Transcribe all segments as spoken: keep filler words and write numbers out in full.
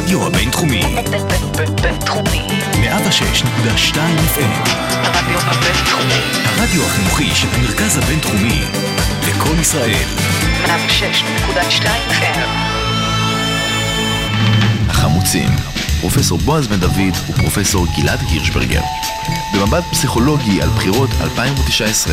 הרדיו הבינתחומי. בינתחומי. מאה ושש נקודה שתיים אף אם. הרדיו הבינתחומי. הרדיו החינוכי של המרכז הבינתחומי. לקול ישראל. מאה ושש נקודה שתיים אף אם. החמוצים. פרופסור בועז בן דוד ופרופסור גלעד הירשברגר. במבט פסיכולוגי על בחירות אלפיים ותשע עשרה.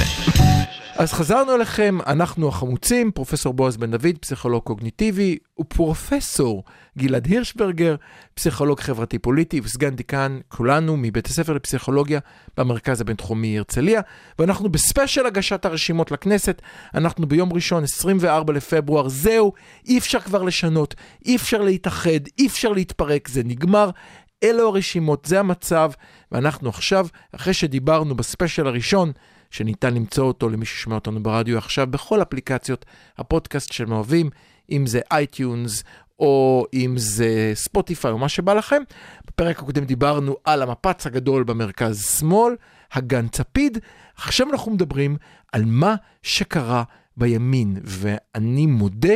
אז חזרנו אליכם, אנחנו החמוצים, פרופסור בועז בן דוד, פסיכולוג קוגניטיבי, ופרופסור גלעד הירשברגר, פסיכולוג חברתי פוליטי, וסגן דיקן כולנו מבית הספר לפסיכולוגיה במרכז הבינתחומי הרצליה, ואנחנו בספיישל הגשת הרשימות לכנסת, אנחנו ביום ראשון, עשרים וארבעה לפברואר, זהו, אי אפשר כבר לשנות, אי אפשר להתאחד, אי אפשר להתפרק, זה נגמר, אלו הרשימות, זה המצב, ואנחנו עכשיו, אחרי שדיברנו בספיישל הראשון, שניתן למצוא אותו למי ששומע אותנו ברדיו עכשיו, בכל אפליקציות הפודקאסט של אוהבים, אם זה אייטיונס, או אם זה ספוטיפיי, או מה שבא לכם. בפרק הקודם דיברנו על המפץ הגדול במרכז שמאל, הגן צפיד. עכשיו אנחנו מדברים על מה שקרה בימין, ואני מודה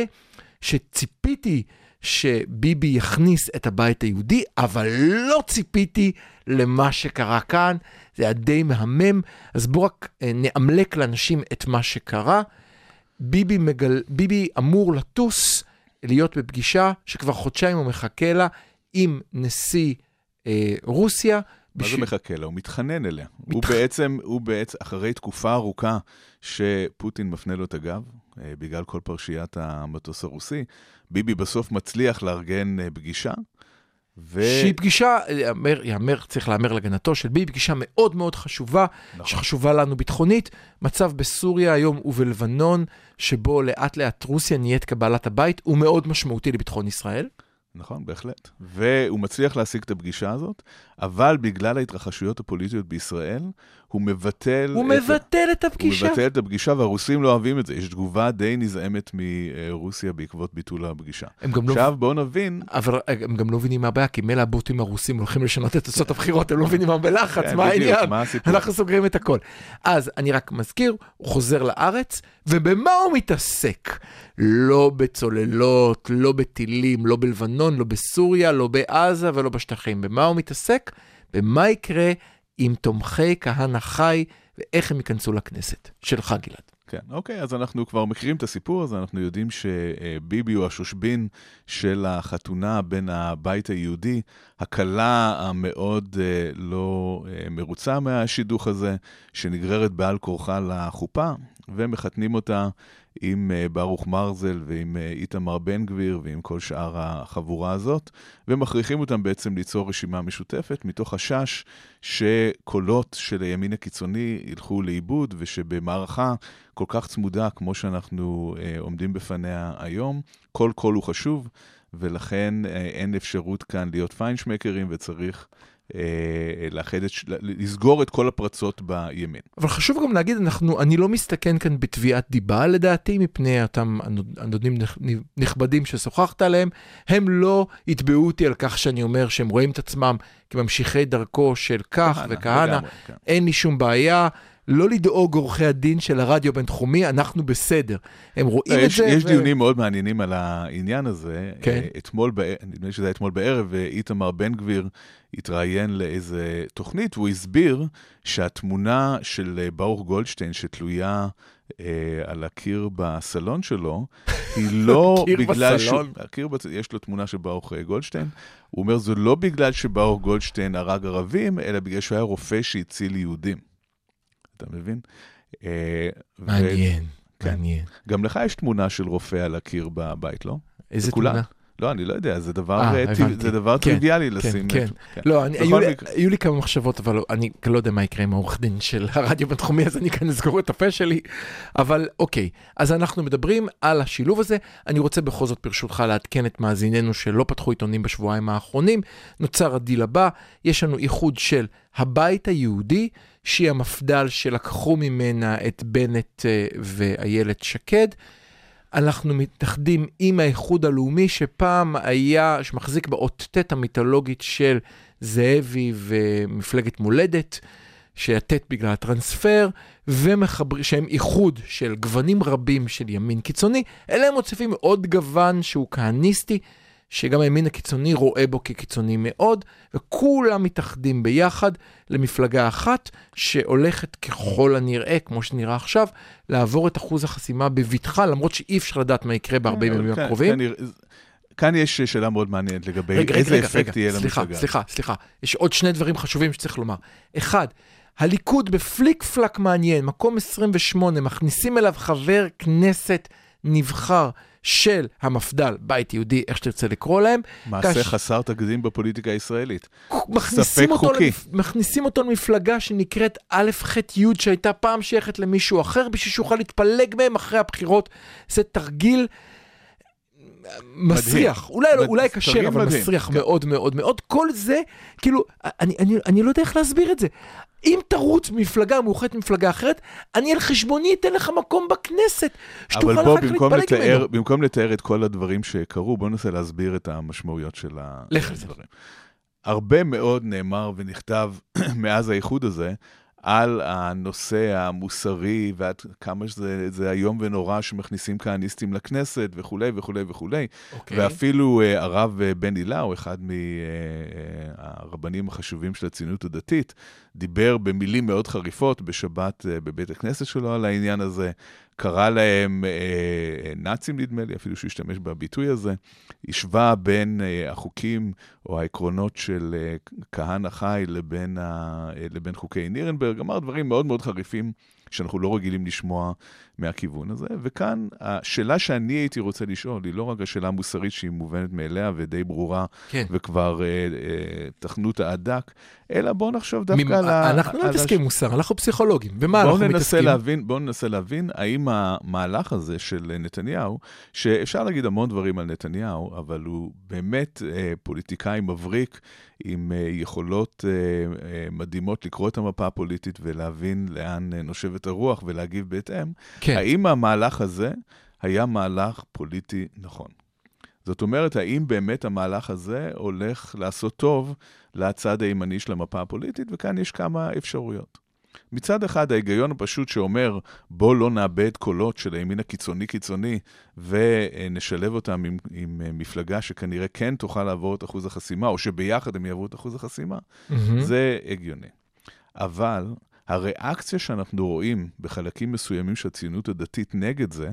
שציפיתי שביבי יכניס את הבית היהודי, אבל לא ציפיתי למה שקרה כאן, זה היה די מהמם, אז בואו רק נאמלק לאנשים את מה שקרה. ביבי, מגל... ביבי אמור לטוס, להיות בפגישה שכבר חודשיים הוא מחכה לה, עם נשיא אה, רוסיה. מה בשביל... זה מחכה לה? הוא מתחנן אליה. מתח... הוא, בעצם, הוא בעצם, אחרי תקופה ארוכה שפוטין מפנה לו את הגב, אה, בגלל כל פרשיית המטוס הרוסי, ביבי בסוף מצליח לארגן אה, פגישה, ו... שהיא פגישה, יאמר, יאמר, צריך לאמר לגנתו של ביבי, פגישה מאוד מאוד חשובה, נכון. שחשובה לנו ביטחונית, מצב בסוריה היום ובלבנון, שבו לאט לאט רוסיה נהיית קבלת הבית, הוא מאוד משמעותי לביטחון ישראל. נכון, בהחלט. והוא מצליח להשיג את הפגישה הזאת, אבל בגלל ההתרחשויות הפוליטיות בישראל, הוא מבטל... הוא את... מבטל את הפגישה. הוא מבטל את הפגישה, והרוסים לא אוהבים את זה. יש תגובה די נזעמת מרוסיה בעקבות ביטול הפגישה. עכשיו, לא... בואו נבין... אבל הם גם לא מבינים מה הבעיה, כי מלא הבוטים הרוסים הולכים לשנות את תוצאות הבחירות, הם לא מבינים מה בלחץ, מה העניין? אנחנו סוגרים את הכל. אז אני רק מזכיר, הוא חוזר לארץ, ובמה הוא מתעסק? לא בצוללות, לא בטילים, לא בלבנון, לא בסוריה, לא בעזה ולא בשטחים. במה הוא מתעסק? במה יקרה עם תומכי כהנא חי ואיך הם ייכנסו לכנסת? שלך, גלעד. כן, אוקיי, אז אנחנו כבר מכירים את הסיפור הזה, אנחנו יודעים שביבי הוא השושבין של החתונה בין הבית היהודי, הקלה המאוד לא מרוצה מהשידוך הזה, שנגררת בעל כורחה לחופה, ומחתנים אותה עם ברוך מרזל ועם איתמר בן גביר ועם כל שאר החבורה הזאת, ומכריחים אותם בעצם ליצור רשימה משותפת, מתוך חשש שקולות של הימין הקיצוני ילכו לאיבוד, ושבמערכה כל כך צמודה כמו שאנחנו עומדים בפניה היום, כל קול הוא חשוב, ולכן אין אפשרות כאן להיות פיינשמקרים, וצריך לאחד את, לסגור את כל הפרצות בימין. אבל חשוב גם להגיד, אנחנו, אני לא מסתכן כאן בתביעת דיבה, לדעתי, מפני אותם אנונים נכבדים ששוחחת עליהם, הם לא יתבעו אותי על כך שאני אומר שהם רואים את עצמם כממשיכי דרכו של כך וכהנא, אין לי שום בעיה, לא לדאוג עורכי הדין של הרדיו בינתחומי, אנחנו בסדר. הם רואים את זה. יש דיונים מאוד מעניינים על העניין הזה. אתמול, נדמה לי שזה היה אתמול בערב, איתמר בן גביר התראיין לאיזה תוכנית, והוא הסביר שהתמונה של ברוך גולדשטיין שתלויה על הקיר בסלון שלו, היא לא בגלל ש... הקיר בסלון? יש לו תמונה של ברוך גולדשטיין. הוא אומר, זה לא בגלל שברוך גולדשטיין הרג ערבים, אלא בגלל שהוא היה רופא שהציל יהודים. אתה מבין? מעניין, מעניין. גם לך יש תמונה של רופא על הקיר בבית, לא? איזה תמונה? לא, אני לא יודע, זה דבר טריוויאלי לשים. כן, כן. לא, היו לי כמה מחשבות, אבל אני לא יודע מה יקרה עם העורך דין של הרדיו בינתחומי, אז אני כאן אסגור את הפה שלי. אבל אוקיי, אז אנחנו מדברים על השילוב הזה. אני רוצה בכל זאת ברשותך לעדכן את מאזיננו שלא פתחו עיתונים בשבועיים האחרונים. נוצר הדיל הבא, יש לנו איחוד של הבית היהודי, שהיא המפדל שלקחו ממנה את בנט ואיילת שקד. אנחנו מתאחדים עם האיחוד הלאומי שפעם היה, שמחזיק באות תת המיתולוגית של זאבי ומפלגת מולדת, שהתת בגלל הטרנספר, ומחבר, שהם איחוד של גוונים רבים של ימין קיצוני, אלה הם מוצפים עוד גוון שהוא כהניסטי, שגם הימין הקיצוני רואה בו כקיצוני מאוד, וכולם מתאחדים ביחד למפלגה אחת, שהולכת ככל הנראה, כמו שנראה עכשיו, לעבור את אחוז החסימה בבטחה, למרות שאי אפשר לדעת מה יקרה ב-ארבעים ימים הקרובים. כאן יש שאלה מאוד מעניינת לגבי איזה אפקט יהיה למפלגה. סליחה, סליחה, סליחה. יש עוד שני דברים חשובים שצריך לומר. אחד, הליכוד בפליק פלק מעניין, מקום עשרים ושמונה, מכניסים אליו חבר כנסת נבחר של המפד"ל, בית יהודי, איך שתרצה לקרוא להם. מעשה כש... חסר תקדים בפוליטיקה הישראלית. ספק חוקי. לפ... מכניסים אותו למפלגה שנקראת א' ח' י' שהייתה פעם שייכת למישהו אחר, בשביל שיוכל להתפלג מהם אחרי הבחירות. זה תרגיל מסריח, אולי, מד... אולי קשר, אבל מדהים. מסריח כן. מאוד מאוד מאוד. כל זה, כאילו, אני, אני, אני לא יודע איך להסביר את זה. אם תרוץ מפלגה מאוחדת מפלגה אחרת, אני על חשבוני אתן לך מקום בכנסת, שתוכל אחר כך להתפלג ממנו. במקום לתאר את כל הדברים שקרו, בואו ננסה להסביר את המשמעויות של הדברים. הרבה מאוד נאמר ונכתב מאז האיחוד הזה, על הנושא המוסרי, ועד כמה שזה זה היום ונורא שמכניסים כהניסטים לכנסת, וכו' וכו' וכו'. Okay. ואפילו uh, הרב בן אילאו, אחד מהרבנים החשובים של הציונות הדתית, דיבר במילים מאוד חריפות בשבת uh, בבית הכנסת שלו על העניין הזה, קרא להם אה, נאצים נדמה לי, אפילו שהוא השתמש בביטוי הזה, השווה בין אה, החוקים או העקרונות של אה, כהנא חי לבין, ה, אה, לבין חוקי נירנברג, אמר דברים מאוד מאוד חריפים שאנחנו לא רגילים לשמוע מהכיוון הזה, וכאן השאלה שאני הייתי רוצה לשאול, היא לא רק השאלה המוסרית שהיא מובנת מאליה ודי ברורה, כן. וכבר אה, אה, תכנות העדק, אלא בואו נחשוב דווקא ממ... על ה... אנחנו לא מתעסקים הש... מוסר, אנחנו פסיכולוגים, ומה אנחנו מתעסקים? להבין, בואו ננסה להבין, האם המהלך הזה של נתניהו, שאפשר להגיד המון דברים על נתניהו, אבל הוא באמת אה, פוליטיקאי מבריק, עם אה, יכולות אה, אה, מדהימות לקרוא את המפה הפוליטית, ולהבין לאן אה, נושבת הרוח, ולהגיב בהתאם, כן. האם המהלך הזה היה מהלך פוליטי נכון? זאת אומרת, האם באמת המהלך הזה הולך לעשות טוב לצד הימני של המפה הפוליטית, וכאן יש כמה אפשרויות. מצד אחד, ההיגיון הפשוט שאומר, בוא לא נאבד קולות של הימין הקיצוני-קיצוני, ונשלב אותם עם, עם מפלגה שכנראה כן תוכל לעבור את אחוז החסימה, או שביחד הם יעברו את אחוז החסימה, mm-hmm. זה הגיוני. אבל הריאקציה שאנחנו רואים בחלקים מסוימים של הציונות הדתית נגד זה,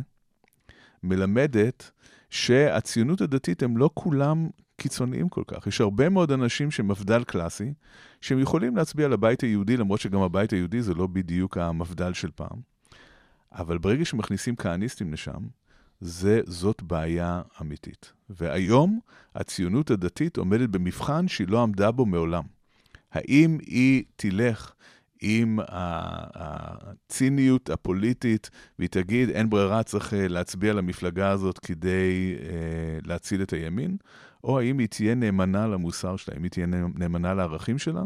מלמדת שהציונות הדתית הם לא כולם קיצוניים כל כך. יש הרבה מאוד אנשים שמפדל קלאסי, שהם יכולים להצביע לבית היהודי, למרות שגם הבית היהודי זה לא בדיוק המפדל של פעם. אבל ברגע שמכניסים כהניסטים לשם, זה, זאת בעיה אמיתית. והיום הציונות הדתית עומדת במבחן שהיא לא עמדה בו מעולם. האם היא תלך עם הציניות הפוליטית, והיא תגיד, אין ברירה, צריך להצביע למפלגה הזאת כדי להציל את הימין, או האם היא תהיה נאמנה למוסר שלה, אם היא תהיה נאמנה לערכים שלה,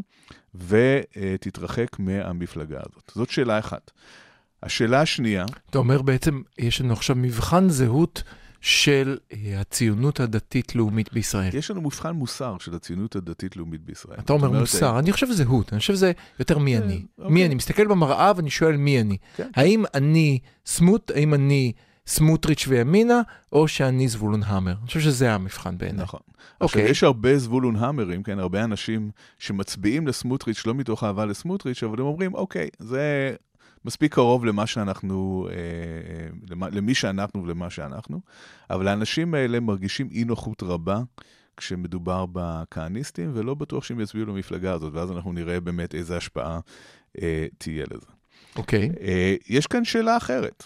ותתרחק מהמפלגה הזאת. זאת שאלה אחת. השאלה השנייה... אתה אומר בעצם, יש לנו עכשיו מבחן זהות של הציונות הדתית-לאומית בישראל. יש לנו מבחן מוסר של הציונות הדתית-לאומית בישראל. אתה אומר מוסר, אני חושב זהות, אני חושב זה יותר מי אני. מי אני, מסתכל במראה ואני שואל מי אני. האם אני סמוט, האם אני סמוטריץ' וימינה, או שאני זבולון המר. אני חושב שזה המבחן בעיניי. נכון. עכשיו, יש הרבה זבולון המרים, כן, הרבה אנשים שמצביעים לסמוטריץ' לא מתוך אהבה לסמוטריץ', אבל הם אומרים, אוקיי, זה... מספיק קרוב למה שאנחנו, למי שאנחנו ולמה שאנחנו, אבל האנשים האלה מרגישים אי נוחות רבה כשמדובר בכהניסטים, ולא בטוח שהם יצביעו למפלגה הזאת, ואז אנחנו נראה באמת איזו השפעה תהיה לזה. אוקיי. יש כאן שאלה אחרת.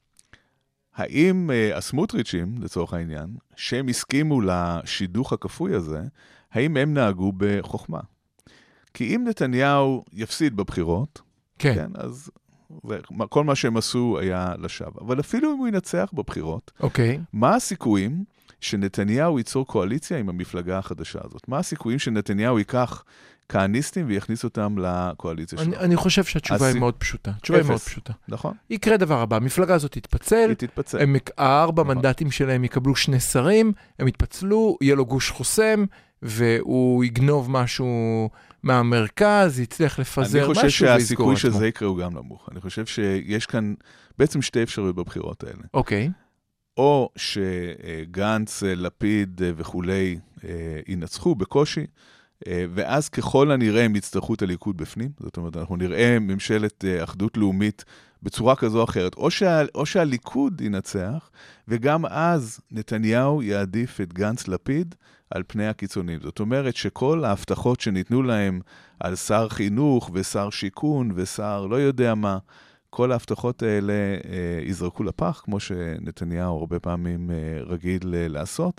האם הסמוטריצ'ים, לצורך העניין, שהם הסכימו לשידוך הכפוי הזה, האם הם נהגו בחוכמה? כי אם נתניהו יפסיד בבחירות, כן, כן אז... כל מה שהם עשו היה לשווא. אבל אפילו אם הוא ינצח בבחירות, okay. מה הסיכויים שנתניהו ייצור קואליציה עם המפלגה החדשה הזאת? מה הסיכויים שנתניהו ייקח כהניסטים ויכניס אותם לקואליציה שלו? אני, אני חושב שהתשובה היא מאוד פשוטה. התשובה היא מאוד פשוטה. נכון. יקרה דבר הבא, המפלגה הזאת תתפצל, היא תתפצל. הם, הארבע נכון. מנדטים שלהם יקבלו שני שרים, הם יתפצלו, יהיה לו גוש חוסם, והוא יגנוב משהו מהמרכז, יצליח לפזר משהו ויסגור עצמו. אני חושב שהסיכוי שזה יקרה הוא גם נמוך. אני חושב שיש כאן בעצם שתי אפשרויות בבחירות האלה. אוקיי. או שגנץ, לפיד וכולי ינצחו בקושי, ואז ככל הנראה הם יצטרכו את הליכוד בפנים, זאת אומרת, אנחנו נראה ממשלת אחדות לאומית בצורה כזו או אחרת, או, שה, או שהליכוד ינצח, וגם אז נתניהו יעדיף את גנץ לפיד על פני הקיצונים. זאת אומרת שכל ההבטחות שניתנו להם על שר חינוך ושר שיכון ושר לא יודע מה, כל ההבטחות האלה אה, יזרקו לפח, כמו שנתניהו הרבה פעמים אה, רגיל אה, לעשות,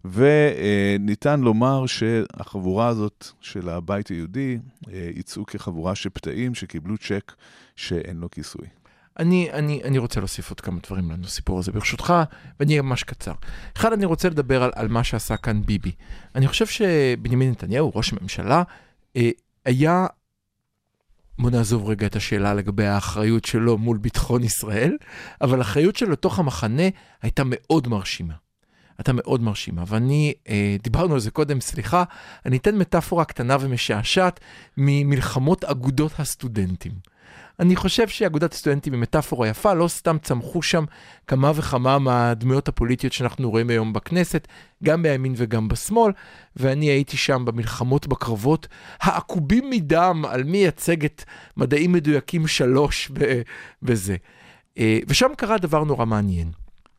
וניתן לומר שהחבורה הזאת של הבית היהודי אה, יצאו כחבורה של פתאים שקיבלו צ'ק שאין לו כיסוי. אני, אני, אני רוצה להוסיף עוד כמה דברים לנו סיפור הזה ברשותך, ואני אהיה ממש קצר. אחד, אני רוצה לדבר על, על מה שעשה כאן ביבי. אני חושב שבנימין נתניהו, ראש הממשלה, אה, היה, בוא נעזוב רגע את השאלה לגבי האחריות שלו מול ביטחון ישראל, אבל האחריות שלו לתוך המחנה הייתה מאוד מרשימה. הייתה מאוד מרשימה, ואני, אה, דיברנו על זה קודם, סליחה, אני אתן מטאפורה קטנה ומשעשעת ממלחמות אגודות הסטודנטים. אני חושב שאגודת הסטודנטים היא מטאפורה יפה, לא סתם צמחו שם כמה וכמה מהדמויות הפוליטיות שאנחנו רואים היום בכנסת, גם בימין וגם בשמאל, ואני הייתי שם במלחמות בקרבות, העקובים מדם על מי ייצג את מדעים מדויקים שלוש בזה. ושם קרה דבר נורא מעניין.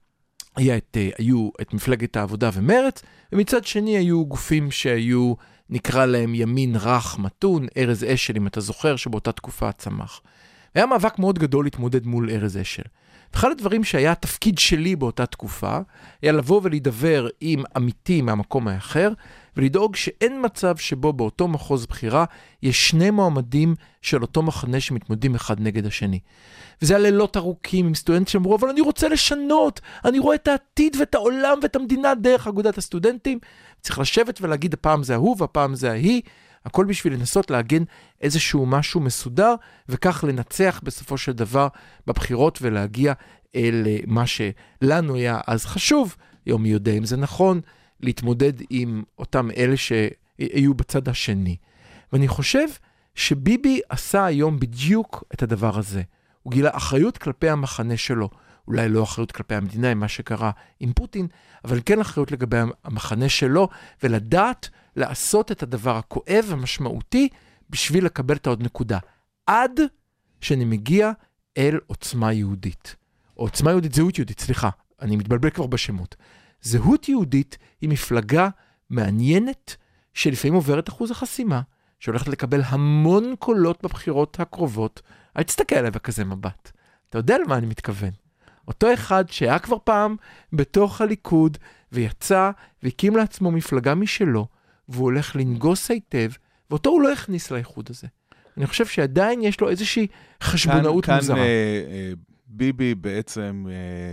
היה את, היו את מפלגת העבודה ומרץ, ומצד שני היו גופים שהיו, נקרא להם ימין רך, מתון, ארז אשל, אם אתה זוכר, שבאותה תקופה צמח. היה מאבק מאוד גדול להתמודד מול ארז אשל. אחד הדברים שהיה התפקיד שלי באותה תקופה, היה לבוא ולהידבר עם עמיתי מהמקום האחר, ולדאוג שאין מצב שבו באותו מחוז בחירה, יש שני מועמדים של אותו מחנה שמתמודדים אחד נגד השני. וזה היה לילות ארוכים עם סטודנט שאמרו, אבל אני רוצה לשנות, אני רואה את העתיד ואת העולם ואת המדינה דרך אגודת הסטודנטים. צריך לשבת ולהגיד, הפעם זה ההוא והפעם זה ההיא, הכל בשביל לנסות להגן איזשהו משהו מסודר, וכך לנצח בסופו של דבר בבחירות ולהגיע אל מה שלנו היה אז חשוב, יום מי יודע אם זה נכון, להתמודד עם אותם אלה שהיו בצד השני. ואני חושב שביבי עשה היום בדיוק את הדבר הזה. הוא גילה אחריות כלפי המחנה שלו, אולי לא אחריות כלפי המדינה עם מה שקרה עם פוטין, אבל כן אחריות לגבי המחנה שלו, ולדעת לעשות את הדבר הכואב המשמעותי, בשביל לקבל את העוד נקודה. עד שאני מגיע אל עוצמה יהודית. או עוצמה יהודית, זהות יהודית, סליחה, אני מתבלבל כבר בשמות. זהות יהודית היא מפלגה מעניינת, שלפעמים עוברת אחוז החסימה, שהולכת לקבל המון קולות בבחירות הקרובות. אל תסתכל עליו כזה מבט. אתה יודע למה אני מתכוון. אותו אחד שהיה כבר פעם בתוך הליכוד, ויצא והקים לעצמו מפלגה משלו, והוא הולך לנגוס היטב, ואותו הוא לא הכניס לאיחוד הזה. אני חושב שעדיין יש לו איזושהי חשבונאות כאן, מוזרה. כאן, אה, אה, ביבי בעצם,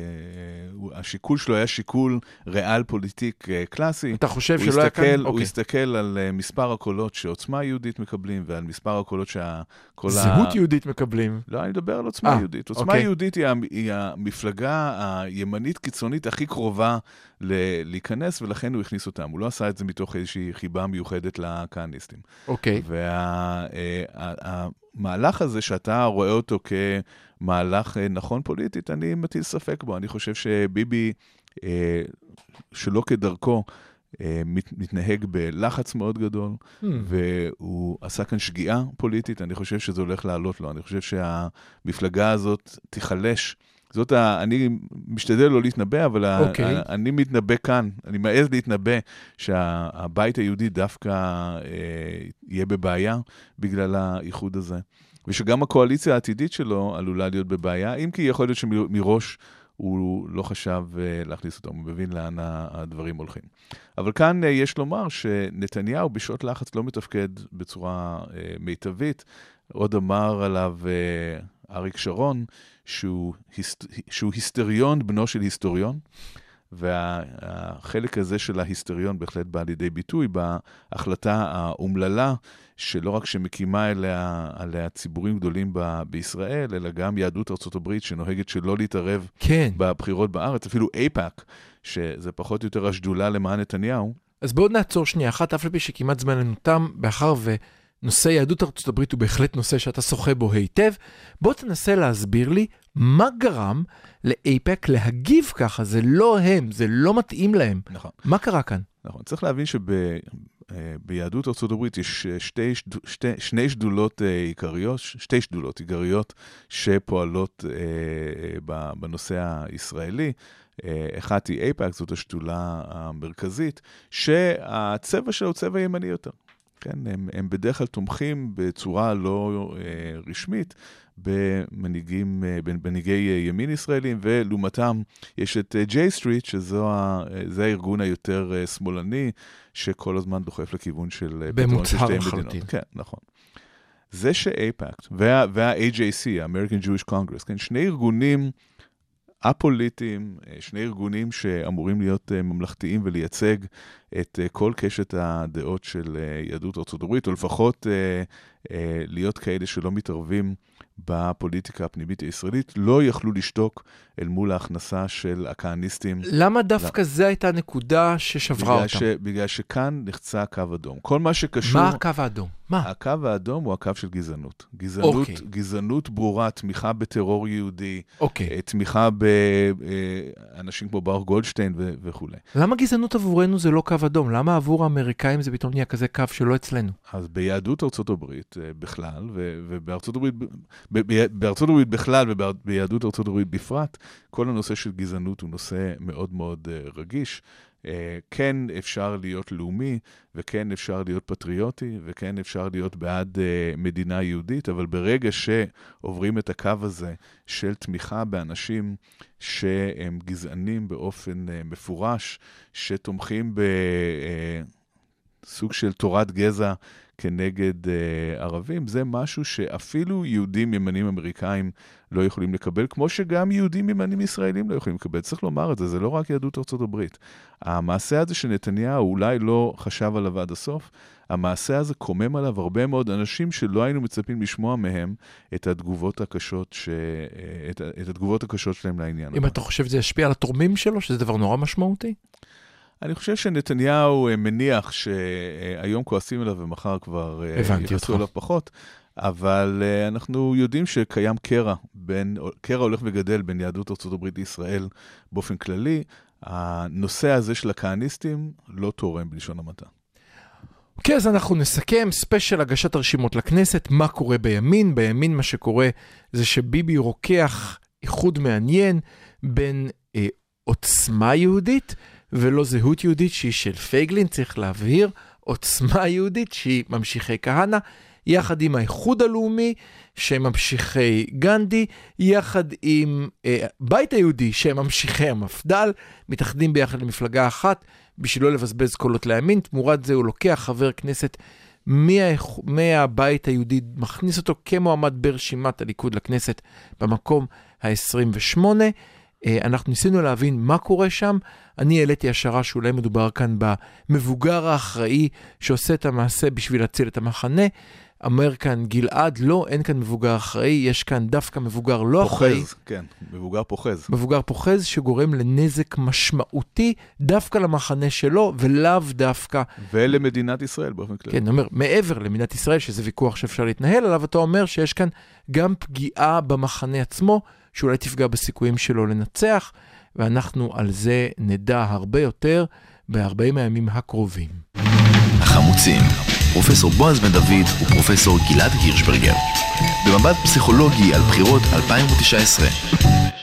אה, השיקול שלו היה שיקול ריאל פוליטיק אה, קלאסי. אתה חושב הוא שלא היה הסתכל, כאן? הוא אוקיי. הסתכל על אה, מספר הקולות שעוצמה יהודית מקבלים, ועל מספר הקולות שהכל זהות ה... יהודית מקבלים. לא, אני מדבר על עוצמה 아, יהודית. עוצמה אוקיי. יהודית היא, היא המפלגה הימנית קיצונית הכי קרובה ל- להיכנס, ולכן הוא הכניס אותם. הוא לא עשה את זה מתוך איזושהי חיבה מיוחדת לכהניסטים. אוקיי. והמהלך הזה שאתה רואה אותו כמהלך נכון פוליטית, אני מטיל ספק בו. אני חושב שביבי, שלא כדרכו, מתנהג בלחץ מאוד גדול, Hmm. והוא עשה כאן שגיאה פוליטית. אני חושב שזה הולך לעלות לו. אני חושב שהמפלגה הזאת תיחלש. זאת ה... אני משתדל לא להתנבא, אבל אוקיי. ה... אני מתנבא כאן, אני מעז להתנבא שהבית היהודי דווקא אה, יהיה בבעיה בגלל האיחוד הזה. ושגם הקואליציה העתידית שלו עלולה להיות בבעיה, אם כי יכול להיות שמראש הוא לא חשב להכניס אותו, הוא מבין לאן הדברים הולכים. אבל כאן יש לומר שנתניהו בשעות לחץ לא מתפקד בצורה מיטבית. עוד אמר עליו אריק שרון שהוא, שהוא היסטריון, בנו של היסטוריון, והחלק הזה של ההיסטריון בהחלט בא לידי ביטוי בהחלטה האומללה, שלא רק שמקימה אליה, עליה ציבורים גדולים ב- בישראל, אלא גם יהדות ארצות הברית שנוהגת שלא להתערב כן. בבחירות בארץ, אפילו אייפאק, שזה פחות או יותר השדולה למען נתניהו. אז בואו נעצור שנייה אחת, אף לפי שכמעט זמן לנו תם, באחר נושא יהדות ארצות הברית הוא בהחלט נושא שאתה שוחה בו היטב. בוא תנסה להסביר לי מה גרם לאייפק להגיב ככה, זה לא הם, זה לא מתאים להם. נכון. מה קרה כאן? נכון, צריך להבין שביהדות ארצות הברית יש שתי, שתי, שני שדולות עיקריות, שתי שדולות עיקריות שפועלות בנושא הישראלי. אחת היא אייפק, זאת השדולה המרכזית, שהצבע שלה הוא צבע ימני יותר. כן, הם, הם בדרך כלל תומכים בצורה לא אה, רשמית במנהיגים, אה, במנהיגי ימין ישראלים, ולעומתם יש את ג'יי סטריט, שזה הארגון היותר אה, שמאלני, שכל הזמן דוחף לכיוון של במוצהר לחלוטין. כן, נכון. זה ש-אייפק וה-איי ג'יי סי, ה-American Jewish Congress, כן, שני ארגונים הפוליטיים, שני ארגונים שאמורים להיות ממלכתיים ולייצג את כל קשת הדעות של יהדות ארצות הברית, או לפחות להיות כאלה שלא מתערבים בפוליטיקה הפנימית הישראלית, לא יכלו לשתוק אל מול ההכנסה של הכהניסטים. למה דווקא זו הייתה נקודה ששברה אותם? בגלל שכאן נחצה קו אדום. כל מה שקשור... מה הקו האדום? מה? הקו האדום הוא הקו של גזענות. גזענות, okay. גזענות ברורה, תמיכה בטרור יהודי, okay. תמיכה באנשים כמו ברוך גולדשטיין ו- וכו'. למה גזענות עבורנו זה לא קו אדום? למה עבור האמריקאים זה פתאום נהיה כזה קו שלא אצלנו? אז ביהדות ארצות הברית בכלל, ו- ובארצות הברית, ב- בארצות הברית בכלל וביהדות ארצות הברית בפרט, כל הנושא של גזענות הוא נושא מאוד מאוד רגיש. כן אפשר להיות לאומי, וכן אפשר להיות פטריוטי, וכן אפשר להיות בעד מדינה יהודית, אבל ברגע שעוברים את הקו הזה של תמיכה באנשים שהם גזענים באופן מפורש, שתומכים בסוג של תורת גזע כנגד ערבים, זה משהו שאפילו יהודים ימנים אמריקאים לא יכולים לקבל, כמו שגם יהודים ימנים ישראלים לא יכולים לקבל. צריך לומר את זה, זה לא רק יהדות ארצות הברית. המעשה הזה שנתניהו אולי לא חשב עליו עד הסוף, המעשה הזה קומם עליו הרבה מאוד אנשים שלא היינו מצפים לשמוע מהם את התגובות הקשות, ש... את, את התגובות הקשות שלהם לעניין. אם אתה חושב שזה ישפיע על התורמים שלו, שזה דבר נורא משמעותי? אני חושב שנתניהו מניח שהיום כועסים אליו ומחר כבר יחסו עליו פחות, אבל אנחנו יודעים שקיים קרע, בין, קרע הולך וגדל בין יהדות ארצות הברית לישראל באופן כללי. הנושא הזה של הכהניסטים לא תורם בלשון המעטה. אוקיי, אז אנחנו נסכם ספיישל הגשת הרשימות לכנסת, מה קורה בימין. בימין מה שקורה זה שביבי רוקח איחוד מעניין בין אה, עוצמה יהודית, ולא זהות יהודית שהיא של פייגלין, צריך להבהיר, עוצמה יהודית שהיא ממשיכי כהנא, יחד עם האיחוד הלאומי שהם ממשיכי גנדי, יחד עם אה, בית היהודי שהם ממשיכי המפד"ל, מתאחדים ביחד למפלגה אחת, בשביל לא לבזבז קולות לימין. תמורת זה הוא לוקח חבר כנסת מה, מהבית היהודי, מכניס אותו כמועמד ברשימת הליכוד לכנסת במקום ה-עשרים ושמונה. אנחנו ניסינו להבין מה קורה שם. אני העליתי השערה שאולי מדובר כאן במבוגר האחראי שעושה את המעשה בשביל להציל את המחנה. אומר כאן גלעד, לא, אין כאן מבוגר אחראי, יש כאן דווקא מבוגר לא פוחז, אחראי. כן, מבוגר פוחז. מבוגר פוחז שגורם לנזק משמעותי דווקא למחנה שלו, ולאו דווקא... ולמדינת ישראל באופן כללי. כן, אומר, מעבר למדינת ישראל, שזה ויכוח שאפשר להתנהל עליו, אתה אומר שיש כאן גם פגיעה במחנה עצמו, שאולי תפגע בסיכויים שלו לנצח, ואנחנו על זה נדע הרבה יותר ב-ארבעים הימים הקרובים. החמוצים, פרופסור בועז בן דוד ופרופסור גלעד הירשברגר. במבט פסיכולוגי על בחירות אלפיים תשע עשרה.